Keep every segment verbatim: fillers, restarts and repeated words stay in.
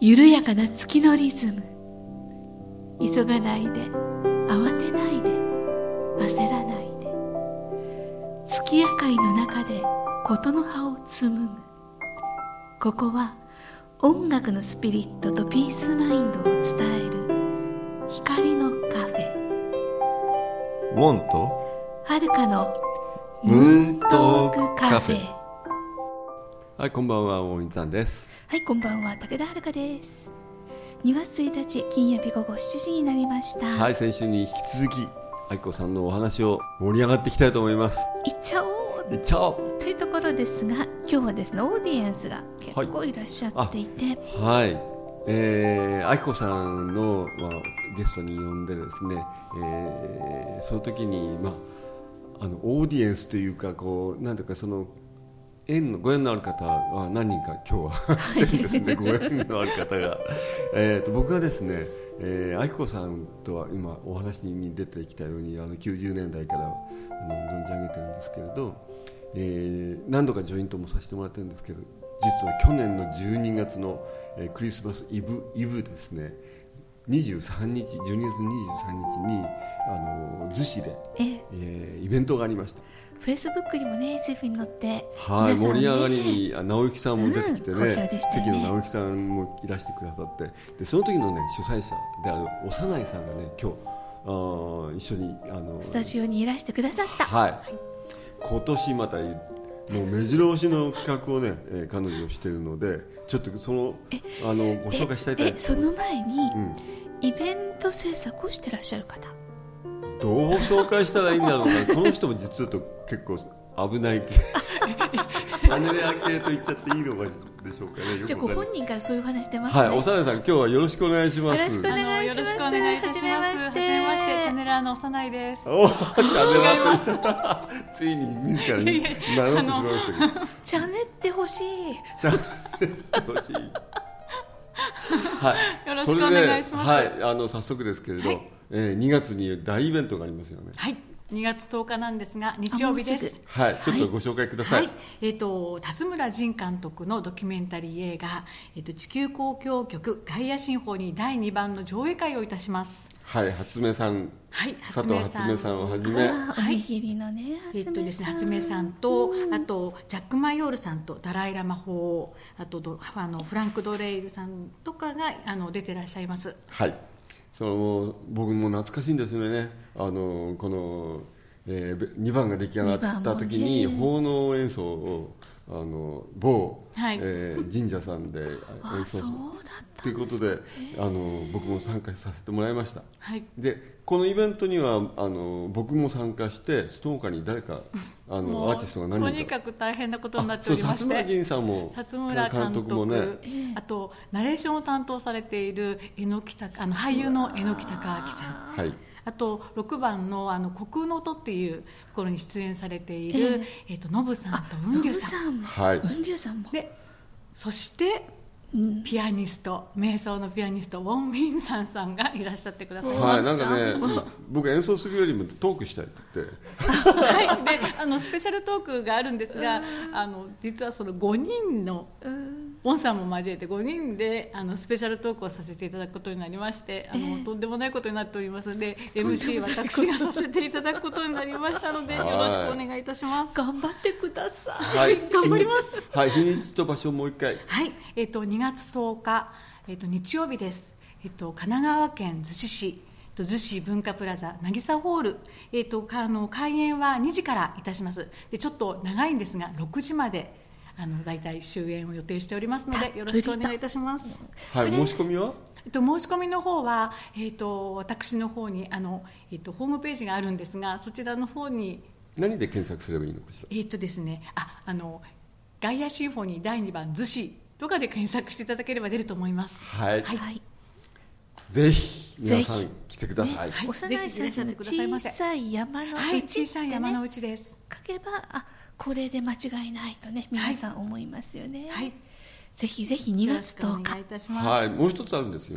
緩やかな月のリズム。急がないで、慌てないで、焦らないで、月明かりの中でことの葉を紡ぐ。ここは音楽のスピリットとピースマインドを伝える光のカフェ。 ウォンとはるかのムーントークカフェ。 はい、こんばんは、大水さんです。 はい、こんばんは、武田遥です。にがつついたち金曜日午後しちじになりました。 はい、先週に引き続き愛子さんのお話を盛り上がっていきたいと思います。 いっちゃおういっちゃおうというところですが、今日はですね、オーディエンスが結構いらっしゃっていて、 はい、えー、愛子さんの、まあ、ゲストに呼んでですね、えー、その時に、まあ、あのオーディエンスというか、こうなんていうか、その縁のご縁のある方は何人か今日は来てるんですね。ご縁のある方がえと僕がですね、えー、愛子さんとは今お話に出てきたように、あのきゅうじゅうねんだいからあの存じ上げてるんですけれど、えー、何度かジョイントもさせてもらってるんですけど、実は去年のじゅうにがつの、えー、クリスマスイブイブですね、にじゅうさんにちじゅうにがつにじゅうさんにちにあの逗子で、ええー、イベントがありました。 フェイスブックにもね、随分に載って、 はい、 ね、 盛り上がりに直之さんも出てきてね、うん、 ね関の直之さんもいらしてくださって、でその時の、ね、主催者である幼いさんがね、今日あ一緒にあのスタジオにいらしてくださった。 はい、今年またもう目白押しの企画をね、えー、彼女しているので、ちょっとそのあのご紹介したいと思います。 その前に、うん、イベント制作をしてらっしゃる方、 どう紹介したらいいんだろうな。この人も実は結構危ない系チャンネルア系と言っちゃっていいのでしょうかね。 じゃあご本人からそういう話してますね。 はい、おさなさん、今日はよろしくお願いします。 よろしくお願いします。 よろしくお願いいたします。はじめまして。はじめまして、チャンネラーのおさないです。 おチャンネラーついに自らに名乗ってしまいましたけど、 チャンネってほしい。 チャンネってほしい。 はい、よろしくお願いします。 はい、あの早速ですけれど、はい、えー、にがつに大イベントがありますよね。 はい、にがつとおかなんですが、日曜日です。 はい、ちょっとご紹介ください。 はいはい、えー、と辰村仁監督のドキュメンタリー映画、えー、と地球交響曲ガイアシンフォニーだいにばんの上映会をいたします。 はい、初音さん、はい、佐藤初音さんをはじめ、 おにぎりのね、 えー、っとですね、初音さんと、うん、あとジャック・マヨールさんとダライ・ラマ法王、あとあのフランク・ドレイルさんとかがあの出てらっしゃいます。 はい、その僕も懐かしいんですよね。あのこの、えー、にばんが出来上がった時に奉納演奏をあの某、はい、えー、神社さんで演奏するということで、あの僕も参加させてもらいました。はい、でこのイベントにはあの僕も参加して、その他に誰かあのアーティストが何人か、 とにかく大変なことになっておりまして、 辰村銀さんも辰村監督もね、あとナレーションを担当されている榎木あの俳優の榎木孝明さん、はい、あとろくばん の, あの虚空の音っていうところに出演されている、えーえー、とノブさんと雲龍さん、 はい、 雲龍さんもで、そしてピアニスト、瞑想のピアニストウォン・ウィンサンさんがいらっしゃってくださいます。 はい、なんかね、僕演奏するよりもトークしたいって言ってはい、であのスペシャルトークがあるんですが、あの実はそのごにんのウォンさんも交えてごにんであのスペシャルトークをさせていただくことになりまして、あの、えー、とんでもないことになっておりますので、 エムシー 私がさせていただくことになりましたので、よろしくお願いいたします。 頑張ってください。 はい、頑張ります。 はい、日にちと場所をもう一回。 はい、えー、とにがつとおか、えー、と日曜日です。えー、と神奈川県逗子市逗子文化プラザ渚ホール、えー、とあの開演はにじからいたします。でちょっと長いんですがろくじまであのだいたい終演を予定しておりますので、よろしくお願いいたします。 はい、申し込みは、 えっと、申し込みの方は、えー、と私の方にあの、えー、とホームページがあるんですが、そちらの方に何で検索すればいいのかしら。 えーとですね、ああのガイアシンフォニーだいにばん逗子とかで検索していただければ出ると思います。 はい、 はいはい、 ぜひ皆さん来てください。 ね、はい、幼いさんの小さい山のうち、 はい、小さい山のうちです。 書けば、あ、これで間違いないとね、皆さん思いますよね。はい、ぜひぜひにがつとおか、 お願いいたします。 はい、もう一つあるんですよね。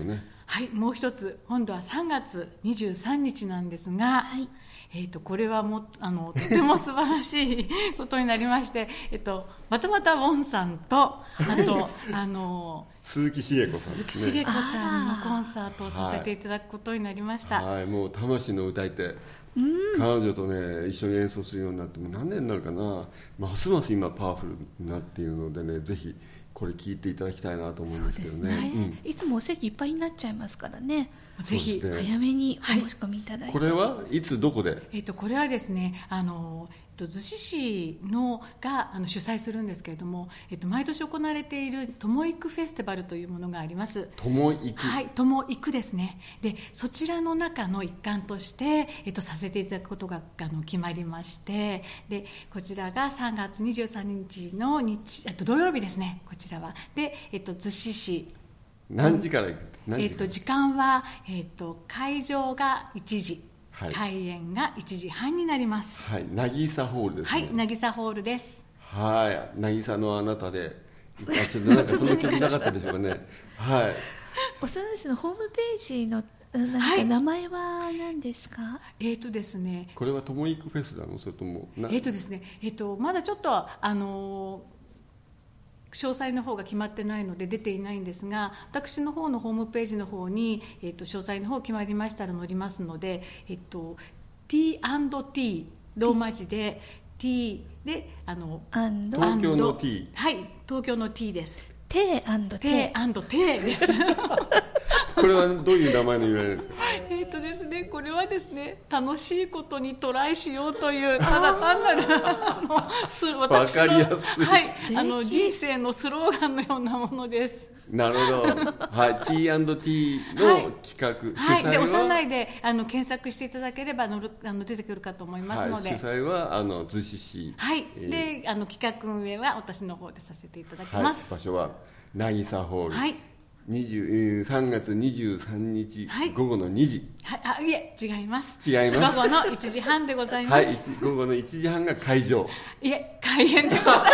はい、もう一つ今度はさんがつにじゅうさんにちなんですが、はい、えー、とこれはもあのとても素晴らしいことになりまして、えっと、またまたウォンさんとあと、はい、あの鈴木茂子さん、ね、 鈴木茂子さんのコンサートをさせていただくことになりました。 はいはい、もう魂の歌い手、うん、彼女とね一緒に演奏するようになってもう何年になるかな、ますます今パワフルになっているのでね、ぜひこれ聞いていただきたいなと思うんですけど ね, そうですね、うん、いつもお席いっぱいになっちゃいますからね、 ぜひ、 ね、早めにお申し込みいただいて、はい、 これはいつどこで、 えー、とこれはですね、あの逗子市のがあの主催するんですけれども、えっと、毎年行われているともいくフェスティバルというものがあります。 ともいく、 はい、ともいくですね。でそちらの中の一環として、えっと、させていただくことがあの決まりまして、でこちらがさんがつにじゅうさんにちの日、あと土曜日ですね、こちらはで、えっと、逗子市何時から行く、何時から、 えっと、時間は、えっと、会場がいちじ、はい、開演がいちじはんになります。 はい、渚ホールですね。 はい、渚ホールです。 はい、渚のあなたで、あ、ちょっとなんかそんな曲なかったでしょうかね。はい。 幼い市のホームページのなんか名前は何ですか？はい、 えーとですね。 これはともいくフェスなの、それともな。 えーとですね。えーとまだちょっとあのー。詳細の方が決まってないので出ていないんですが、私の方のホームページの方に、えー、と詳細の方決まりましたら載りますので、えー、と ティーアンドティー ローマ字で T であの東京の T、 はい、東京の T です。 テーアンドテーですこれはどういう名前の由来ですか？ えっとですね、これはですね、楽しいことにトライしようというただ単なる私の、 分かりやすい、 はい、あの人生のスローガンのようなものです。 なるほど、はい、ティーアンドティー の企画、 はい、 主催は、 はい、でおさないであの検索していただければのるあの出てくるかと思いますので、 はい、主催はあの逗子市、 はい、えー、であの企画運営は私の方でさせていただきます。 はい、場所は渚ホール、はい、さんがつにじゅうさんにち、はい、午後のにじ、 はい、あ、いえ違います違います、 午後のいちじはんでございます。 はい、午後のいちじはんが会場、 いえ開演でございます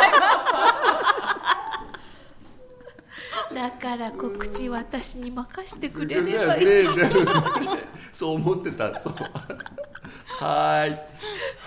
だから告知私に任せてくれればいい、 ねね、そう思ってた。そうはい、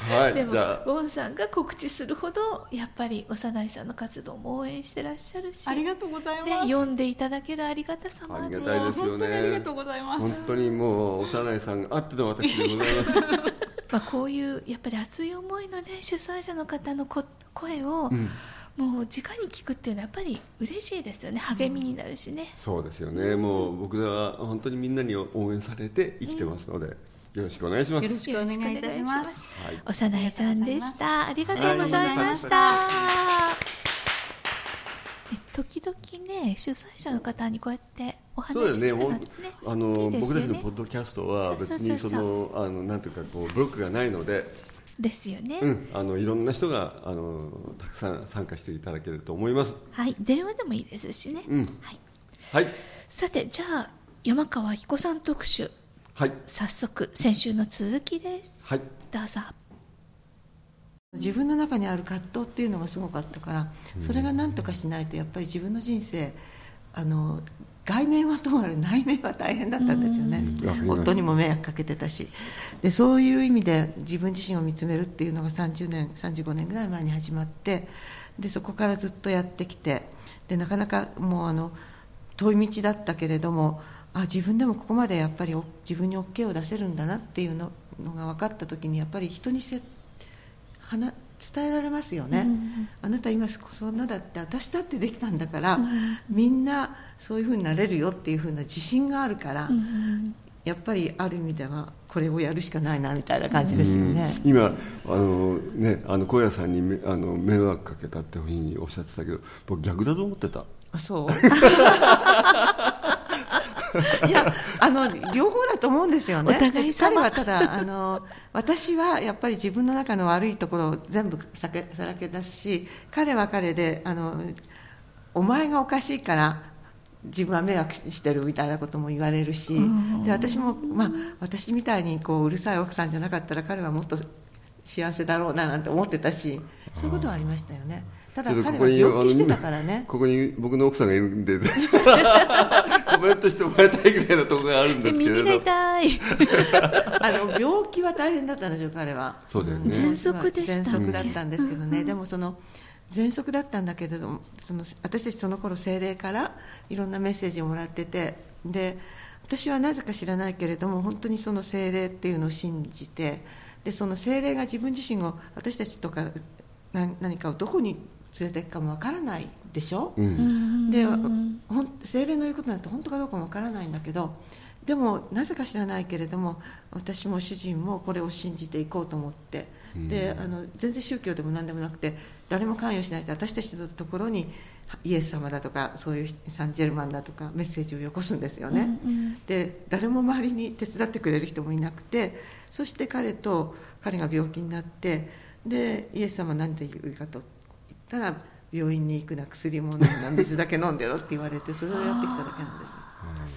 はい、 でもウォンさんが告知するほどやっぱり幼いさんの活動も応援してらっしゃるし、 ありがとうございます、 ね、読んでいただけるありがたさもありがたいですよね。 本当にありがとうございます。 本当にもう幼いさんがあっての私でございますまあこういうやっぱり熱い思いの、ね、主催者の方の声を、うん、もう直に聞くっていうのはやっぱり嬉しいですよね。励みになるしね、 うん、そうですよね。もう僕らは本当にみんなに応援されて生きてますので、うん、よろしくお願いします。 よろしくお願いいたします。 はい、おさないさんでした。ありがとうございました。はい、時々ね、主催者の方にこうやってお話ししてたらね、 あの、ね、僕たちのポッドキャストは別にそのあのなんていうかこうブロックがないので。 ですよね、 うん、あのいろんな人があのたくさん参加していただけると思います。 はい、電話でもいいですしね、 うん、はい、はい、 さてじゃあ山川彦さん特集、 はい、 早速先週の続きです、 はい、 どうぞ。 自分の中にある葛藤っていうのがすごかったから、それが何とかしないとやっぱり自分の人生、あの外面はともあれ内面は大変だったんですよね。夫にも迷惑かけてたし、でそういう意味で自分自身を見つめるっていうのがさんじゅうねんさんじゅうごねんぐらい前に始まって、でそこからずっとやってきて、でなかなかもうあの遠い道だったけれども、あ自分でもここまでやっぱり自分に OK を出せるんだなっていうのが分かった時に、やっぱり人にせ話伝えられますよね、うん、あなた今そんなだって私だってできたんだから、うん、みんなそういう風になれるよっていう風な自信があるから、うん、やっぱりある意味ではこれをやるしかないなみたいな感じですよね、 うん、今あのねあの小屋さんにあの迷惑かけたっていうふうにおっしゃってたけど、僕逆だと思ってた。 あそういやあの両方だと思うんですよね。 お互い様。 彼はただあの私はやっぱり自分の中の悪いところを全部さらけ出すし、彼は彼であのお前がおかしいから自分は迷惑してるみたいなことも言われるし、で私も、まあ、私みたいにこううるさい奥さんじゃなかったら彼はもっと幸せだろうななんて思ってたし、そういうことはありましたよね。 ただ彼は病気してたからね。 ここに僕の奥さんがいるんでコメントしてもらいたいぐらいのところがあるんですけれど、 耳が痛いあの病気は大変だったんでしょう彼は。 そうだよね。 喘息でしたっけ。 喘息だったんですけどね、うん、でもその喘息だったんだけれども、その私たちその頃聖霊からいろんなメッセージをもらってて、で私はなぜか知らないけれども本当にその聖霊っていうのを信じて、でその聖霊が自分自身を私たちとか何かをどこに連れていくかもわからないでしょ、うん、で聖霊の言うことなんて本当かどうかもわからないんだけど、でもなぜか知らないけれども私も主人もこれを信じていこうと思って、うん、であの全然宗教でも何でもなくて誰も関与しないで私たちのところにイエス様だとかそういうサンジェルマンだとかメッセージをよこすんですよね、うんうん、で誰も周りに手伝ってくれる人もいなくて、そして彼と彼が病気になって、でイエス様は何て言うかと言ったら病院に行くな、薬も飲むな、水だけ飲んでろって言われてそれをやってきただけなんです。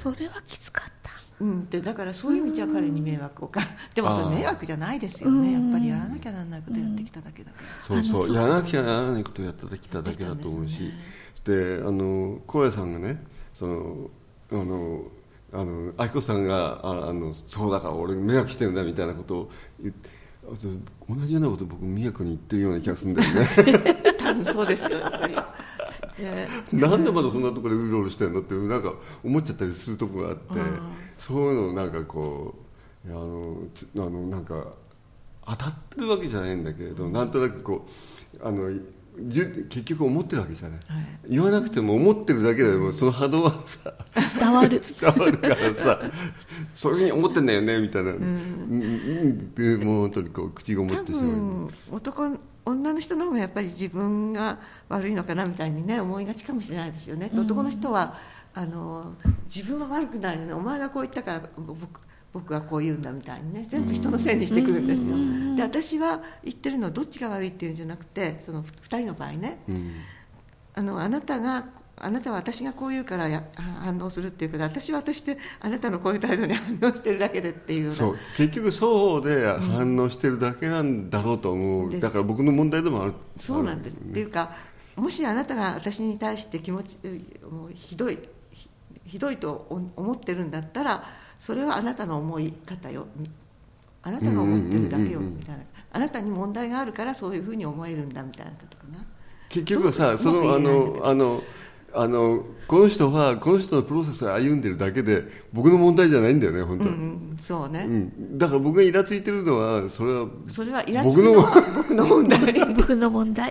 それはきつかった、 うん、でだからそういう意味じゃ彼に迷惑をか、でもそれ迷惑じゃないですよね、やっぱりやらなきゃならないことやってきただけだから、 そうそう、やらなきゃならないことをやってきただけだと思うし、であの小屋さんがね、そのあのあの明子さんがああのそうだから俺迷惑してるんだみたいなことを言って、同じようなことを僕宮子に言ってるような気がするんだよね多分そうですよやっぱりなんでまだそんなところでうろうろしてるのってなんか思っちゃったりするところがあって、そういうのをなんかこうあのあのなんか当たってるわけじゃないんだけれど、うん、なんとなくこうあの結局思ってるわけじゃない、はい、言わなくても思ってるだけでもその波動はさ伝わる伝わるからさそういうふうに思ってんだよねみたいな、うん、でもう本当にこう口が思ってしまう。 多分男女の人の方がやっぱり自分が悪いのかなみたいにね思いがちかもしれないですよね、うん、男の人はあの自分は悪くないよね、お前がこう言ったから僕僕はこう言うんだみたいにね全部人のせいにしてくるんですよ、うん、で私は言ってるのはどっちが悪いっていうんじゃなくて、そのふたりの場合ね、うん、あのあなたがあなたは私がこう言うからや反応するっていうけど、私は私であなたのこういう態度に反応してるだけでっていうような、 そう結局双方で反応してるだけなんだろうと思う、うん、だから僕の問題でもある。 そうなんです、ね、っていうかもしあなたが私に対して気持ちもうひどいひどいと思ってるんだったらそれはあなたの思い方よ、あなたが思ってるだけよみたいな、あなたに問題があるからそういうふうに思えるんだみたいなことかな。 結局はさ、そのあのあのあのこの人はこの人のプロセスを歩んでるだけで僕の問題じゃないんだよね本当、うんうん、 そうね、 うん、だから僕がイラついてるのはそれはそれはイラつくのは僕の問題僕の問題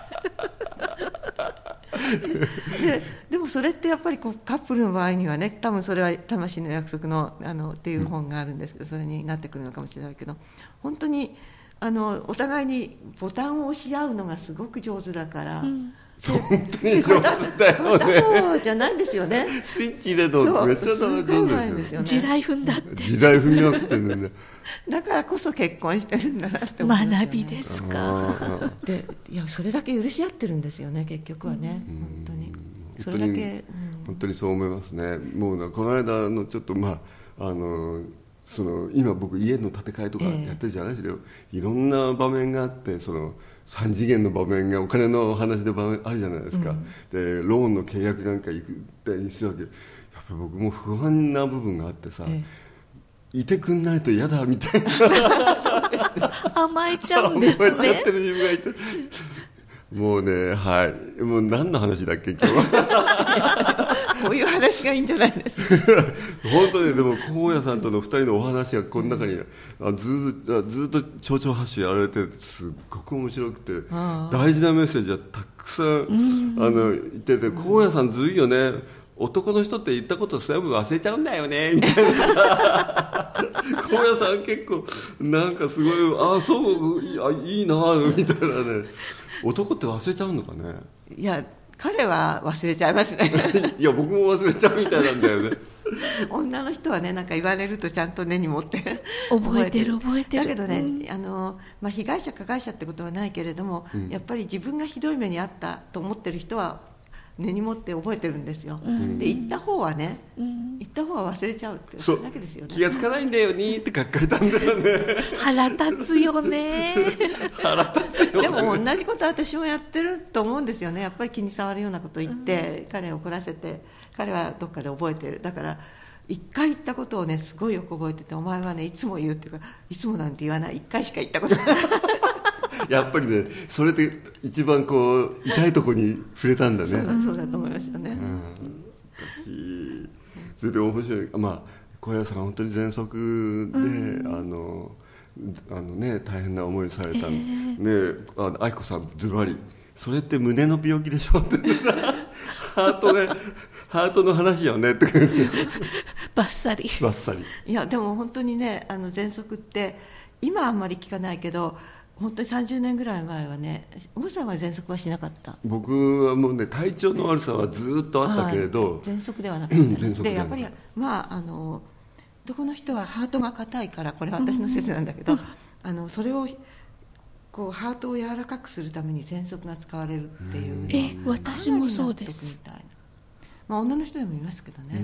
で, でもそれってやっぱりこうカップルの場合にはね、多分それは魂の約束 の, あのっていう本があるんですけど、それになってくるのかもしれないけど、本当にあのお互いにボタンを押し合うのがすごく上手だから、うん、 本当に上手だよね。 片方じゃないんですよね。 スイッチでとめっちゃ上手なんですよね。 地雷踏んだって地雷踏みまくってんねだからこそ結婚してるんだなって思いますよね。 学びですか。 でいやそれだけ許し合ってるんですよね結局はね、うん、本当にそれだけ、うん、 本当にそう思いますね。もうこの間のちょっとまああのその今僕家の建て替えとかやってるじゃないですけど、えー、いろんな場面があって、そのさん次元の場面がお金の話で場面あるじゃないですか、うん、でローンの契約なんか行くってにするわけ。やっぱり僕も不安な部分があってさ、えー、いてくんないと嫌だみたいな甘えちゃうんですね。 甘えちゃってる自分がいてもうね、はい、もう何の話だっけ今日はこういう話がいいんじゃないですか本当に。でも高野さんとのふたりのお話がこの中に、うん、ず, ずっと蝶々発信やられてすっごく面白くて、大事なメッセージがたくさん、うん、あの言ってて、高野さんずるいよね、男の人って言ったこと全部忘れちゃうんだよねみたいな高野さん結構なんかすごい、あそうい や, いいなみたいなね。男って忘れちゃうのかね。 いや彼は忘れちゃいますねいや僕も忘れちゃうみたいなんだよね女の人はね、なんか言われるとちゃんと根に持って覚えてる覚えてる。 だけどね、 うん、 あのまあ、被害者加害者ってことはないけれども、うん、やっぱり自分がひどい目に遭ったと思ってる人は根に持って覚えてるんですよ、 うん、 で言った方はね、うん、言った方は忘れちゃうっていうだけですよね。 気がつかないんだよにって書いたんだよね腹立つよね腹立つよね。 でも同じこと私もやってると思うんですよね。やっぱり気に障るようなこと言って、うん、彼を怒らせて、彼はどっかで覚えてる。だから一回言ったことをねすごいよく覚えてて、お前はねいつも言うっていうか、いつもなんて言わない、一回しか言ったことないやっぱりね、それで一番こう痛いところに触れたんだね。 そうだ、そうだと思いますよね、うんうん、それで面白い、まあ、小屋さんが本当に喘息で、うん、あのあの、ね、大変な思いされた、えーね、あの愛子さんズバリそれって胸の病気でしょってハートがハートの話よねってバッサリバッサリ。 いやでも本当にね、あの喘息って今あんまり聞かないけど、本当にさんじゅうねんぐらい前はね、奥さんは喘息はしなかった。 僕はもうね、体調の悪さはずっとあったけれど、 喘息ではなくて、ね、でやっぱりまああの男の人はハートが硬いから、これは私の説なんだけど、うん、あのそれをこうハートを柔らかくするために喘息が使われるっていう、 え私もそうです。 みたいな、まあ、女の人でもいますけどね、うん、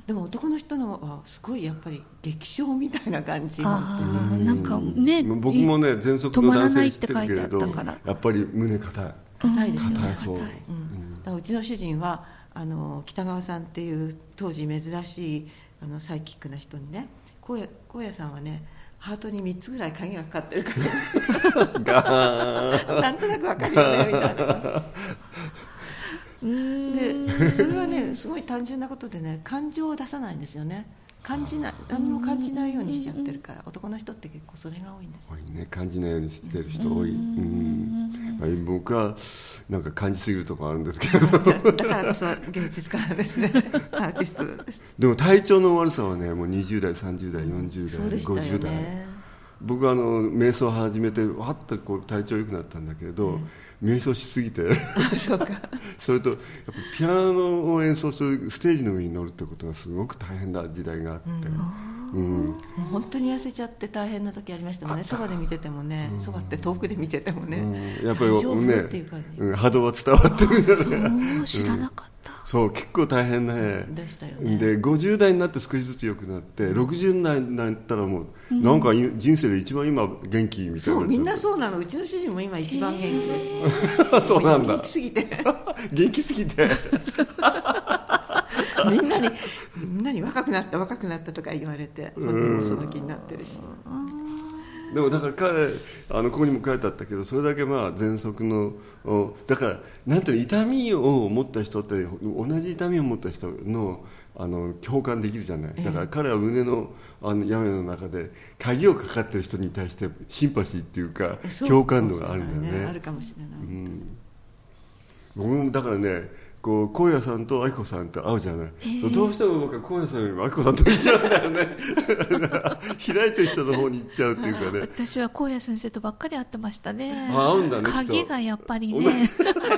でも男の人のはすごいやっぱり激症みたいな感じ。 あなんかね、 僕もね喘息の男性知ってるけれど、やっぱり胸硬い硬いですよね。 硬いそう、うん、 だからうちの主人はあの北川さんっていう当時珍しいあのサイキックな人にね、荒野、荒野さんはねハートにみっつぐらい鍵がかかってるからなんとなくわかるよねみたいなでそれはねすごい単純なことでね、感情を出さないんですよね。感じない、何も感じないようにしちゃってるから、男の人って結構それが多いんですよ。 多いね、感じないようにしてる人多い。うんうん、僕はなんか感じすぎるところあるんですけどだからこそ芸術家なんですねアーティストです。 でも体調の悪さはね、もうにじゅう代さんじゅう代よんじゅう代、 そうでしたよね、 ごじゅう代。僕はあの瞑想を始めてわっとこう体調良くなったんだけれど、うん瞑想しすぎてそうかそれとやっぱピアノを演奏するステージの上に乗るってことがすごく大変な時代があって、うんうん、 もう本当に痩せちゃって大変な時ありましたもんね。そばで見ててもね、そば、うん、って遠くで見ててもね、うん、やっぱりね、 うん、波動は伝わってるんだね。 そう知らなかった、うんそう結構大変ねでしたよね。 でごじゅう代になって少しずつ良くなって、うん、ろくじゅう代になったらもう、うん、なんか人生で一番今元気みたいな。 そうみんなそうなの。うちの主人も今一番元気ですもんそうなんだ。 元気すぎて元気すぎてみんなにみんなに若くなった若くなったとか言われて、本人もその気になってるし。 でもだから彼あのここにも書いてあったけど、それだけまあ喘息のだからなんていうの、痛みを持った人って同じ痛みを持った人のあの共感できるじゃない。だから彼は胸のあの屋根の中で鍵をかかってる人に対してシンパシーっていうか共感度があるんだよね。 あるかもしれない、うん、 僕もだからね、こう荒野さんと愛子さんと会うじゃない、えー、そうどうしても僕は荒野さんよりも愛子さんと行っちゃうんだよね開いてる人の方に行っちゃうっていうかね。 私は荒野先生とばっかり会ってましたね。 あ会うんだね。 鍵がやっぱりね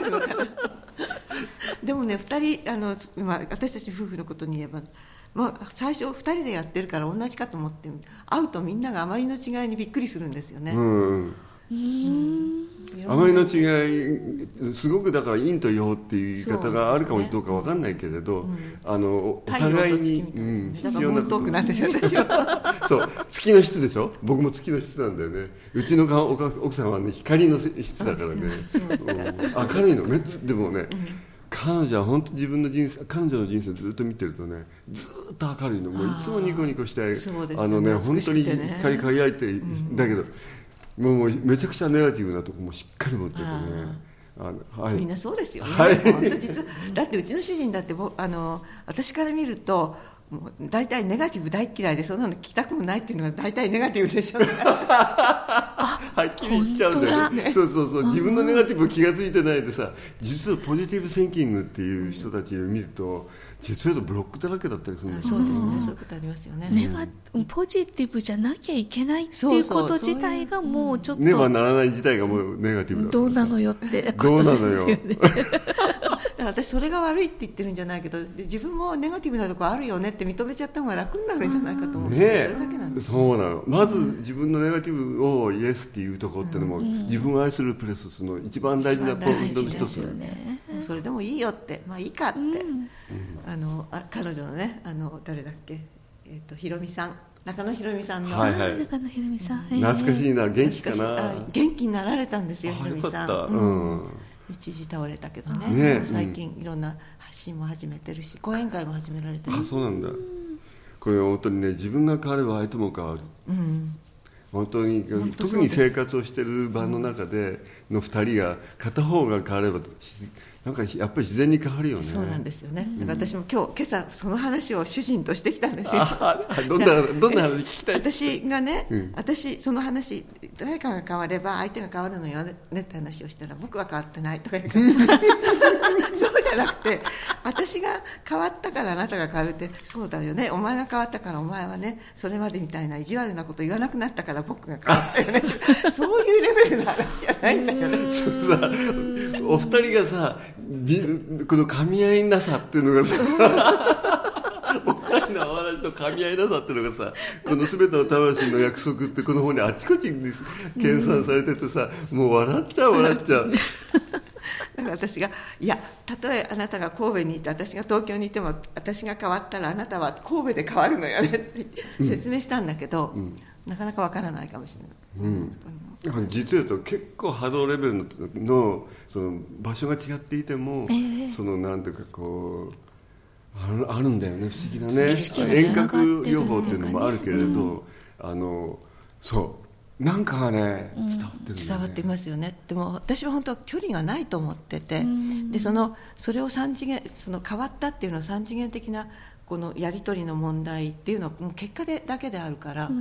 でもねふたりあの、まあ、私たち夫婦のことに言えば、まあ、最初ふたりでやってるから同じかと思って会うとみんながあまりの違いにびっくりするんですよね。 うんうんあまりの違いすごくだから陰と陽っていう言い方があるかもどうか分かんないけれど、うん、あのお互いに、うん、必要なこと。だからムーントークなんですよ私はそう月の質でしょ。僕も月の質なんだよね。うちの奥さんは、ね、光の質だからね、うん、明るいのめっちゃでもね、うん、彼女は本当自分の人生彼女の人生ずっと見てるとね、ずっと明るいの。もういつもニコニコして、あのね本当に光り輝いて、うん、だけどもうめちゃくちゃネガティブなところもしっかり持っててね。 あの、はい、みんなそうですよね、 はい、 本当実はだってうちの主人だってあの私から見るともう大体ネガティブ大嫌いで、そんなの聞きたくもないっていうのが大体ネガティブでしょはっきり言っちゃうんだよね。そうそうそう、自分のネガティブを気が付いてないでさ、実はポジティブシンキングっていう人たちを見ると実はブロックだらけだったりするんですよ。 そうですね、そういうことありますよね。 ネガポジティブじゃなきゃいけないっていうこと自体がもうちょっとねばならない自体がもうネガティブだ、 どうなのよってどうなのよら私それが悪いって言ってるんじゃないけど、で自分もネガティブなところあるよねって認めちゃった方が楽になるんじゃないかと思って、 ね、 それだけなんです。 そうなの。まず自分のネガティブをイエスっていうところっていうのも、うん、自分を愛するプレスの一番大事なポイントの一つ、 ね、それでもいいよって、まあいいかって、うん、あのあ彼女のね、あの誰だっけ、えー、とひろみさん、中野ひろみさんの、 はいはい、 中野ひろみさん、 懐かしいな、元気かな。 元気になられたんですよ、ひろみさん。 よかった、うん、 一時倒れたけど ね, ね、 最近いろんな発信も始めてるし、講演会も始められてる。 あ、そうなんだ。これは本当にね、自分が変われば相手も変わる、うん、本当に特に生活をしている場の中でのふたりが片方が変わればなんかやっぱり自然に変わるよね。 そうなんですよね。だから私も今日今朝その話を主人としてきたんですよ。 どんなどんな話聞きたい。 私がね、うん、私その話、誰かが変われば相手が変わるのよねって話をしたら、僕は変わってないとか言うからそうじゃなくて、私が変わったからあなたが変わるって、そうだよね、お前が変わったからお前はね、それまでみたいな意地悪なこと言わなくなったから僕が変わったよねそういうレベルの話じゃないんだよねお二人がさ、この噛み合いなさっていうのがさお二人のお話の噛み合いなさっていうのがさ、この全ての魂の約束ってこの本にあちこちに計算されててさ、もう笑っちゃう笑っちゃうだから私が、いや、たとえあなたが神戸にいて私が東京にいても、私が変わったらあなたは神戸で変わるのよねって説明したんだけど、うん、なかなかわからないかもしれない、うん、 だから実を言うと結構波動レベル の, の, その場所が違っていても、えー、そのなんていうかこうあ る, あるんだよね、不思議なね、遠隔療法っていうのもあるけれど、うん、あのそうなんかがね伝わってるんだよね、 伝わっていますよね。でも私は本当は距離がないと思ってて、うん、で そ, のそれを三次元、その変わったっていうのは三次元的なこのやり取りの問題っていうのはもう結果でだけであるから、うん、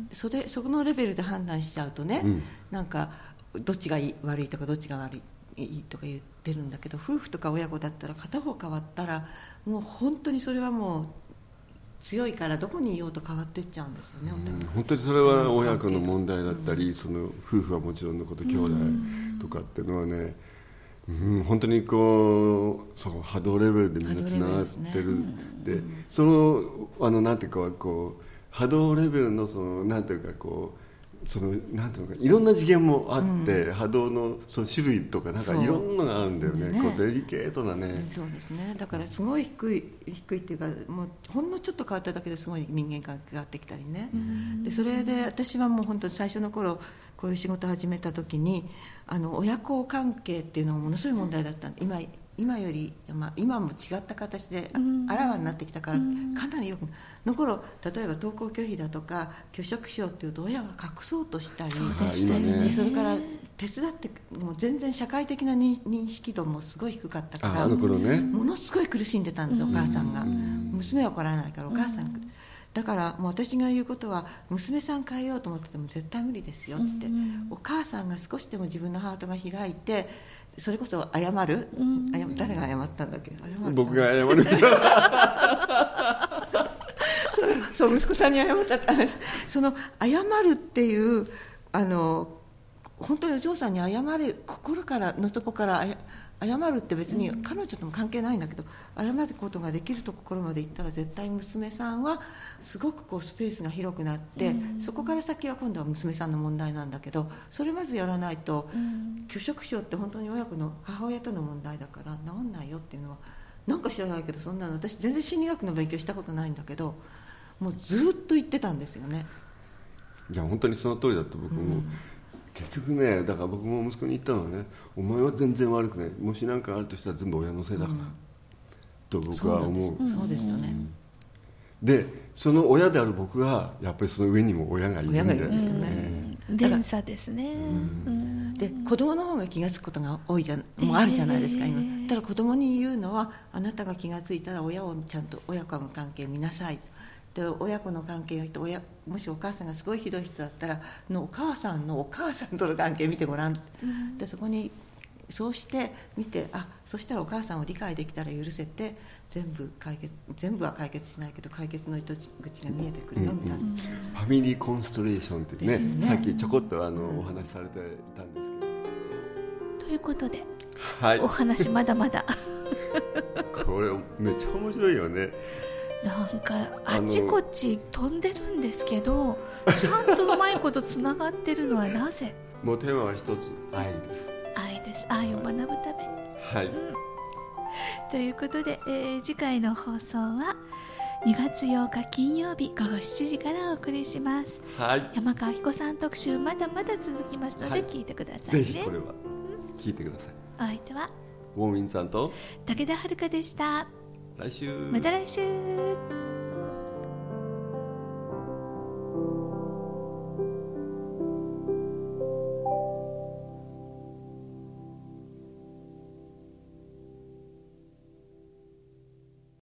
そ, れそこのレベルで判断しちゃうとね、うん、なんかどっちがいい悪いとかどっちが悪いいいとか言ってるんだけど、夫婦とか親子だったら片方変わったらもう本当にそれはもう強いからどこにいようと変わっていっちゃうんですよね、 うん、本当にそれは親子の問題だったり、うん、その夫婦はもちろんのこと兄弟とかっていうのはね、うん、本当にこうそう波動レベルでみんなつながってる、ね、で、うん、そのあのなんていうかこう波動レベルのそのなんていうかこうそのなんていうのかいろんな次元もあって、うん、波動 の, その種類とかなんかいろんなのがあるんだよ ね, ねこうデリケートなね、 そうですね。だからすごい低い低いっていうか、もうほんのちょっと変わっただけですごい人間関係が変わってきたりね、うん、でそれで私はもう本当に最初の頃こういう仕事を始めた時にあの親子関係っていうのがものすごい問題だったんで、今今より、まあ、今も違った形であらわになってきたから、かなりよくの頃、例えば登校拒否だとか拒食症っていうと親が隠そうとしたり、 そうでしたよね、 それから手伝ってもう全然社会的な認識度もすごい低かったから、 あの頃ね、 ものすごい苦しんでたんですよ、お母さんが。娘は来られないからお母さん、だからもう私が言うことは、娘さん変えようと思ってても絶対無理ですよって、お母さんが少しでも自分のハートが開いて、それこそ謝る、うん、誰が謝ったんだっけ、謝る僕が謝るそうそう息子さんに謝ったって話、その謝るっていうあの本当にお嬢さんに謝る、心からの底から謝るって別に彼女とも関係ないんだけど、謝ることができるところまで行ったら絶対娘さんはすごくこうスペースが広くなって、うん、そこから先は今度は娘さんの問題なんだけど、それまずやらないと、うん、拒食症って本当に親子の母親との問題だから治んないよっていうのはなんか知らないけど、そんなの私全然心理学の勉強したことないんだけど、もうずっと言ってたんですよね。 いや本当にその通りだと僕も、うん結局ね、だから僕も息子に言ったのはね、お前は全然悪くない、もし何かあるとしたら全部親のせいだから、うん、と僕は思う。 そうですよね、うん、 でその親である僕がやっぱりその上にも親がいるんだよね、 うん、連鎖ですね、 うん、で子供の方が気がつくことが多いじゃもうあるじゃないですか、えー、今ただ子供に言うのは、あなたが気がついたら親をちゃんと親子の関係見なさい、で親子の関係を親、もしお母さんがすごいひどい人だったらのお母さんのお母さんとの関係見てごらん、うん、でそこにそうして見て、あそしたらお母さんを理解できたら許せて全部解決、全部は解決しないけど解決の糸口が見えてくるよみたいな、うんうん、 ファミリーコンストレーションって ね, ねさっきちょこっとあの、うん、お話しされていたんですけど、 ということで、 はい、 お話まだまだこれめっちゃ面白いよね。 なんかあっちこっち飛んでるんですけど、ちゃんとうまいことつながってるのはなぜ？ もうテーマは一つ、愛です。 愛です。愛を学ぶために、 はい、うん、 ということで、えー、次回の放送はにがつようか金曜日ごごしちじからお送りします、 はい、 山川彦さん特集まだまだ続きますので、はい、聞いてくださいね。 ぜひこれは聞いてください。 お相手はウォーミンさんと武田遥でした。 来週また来週。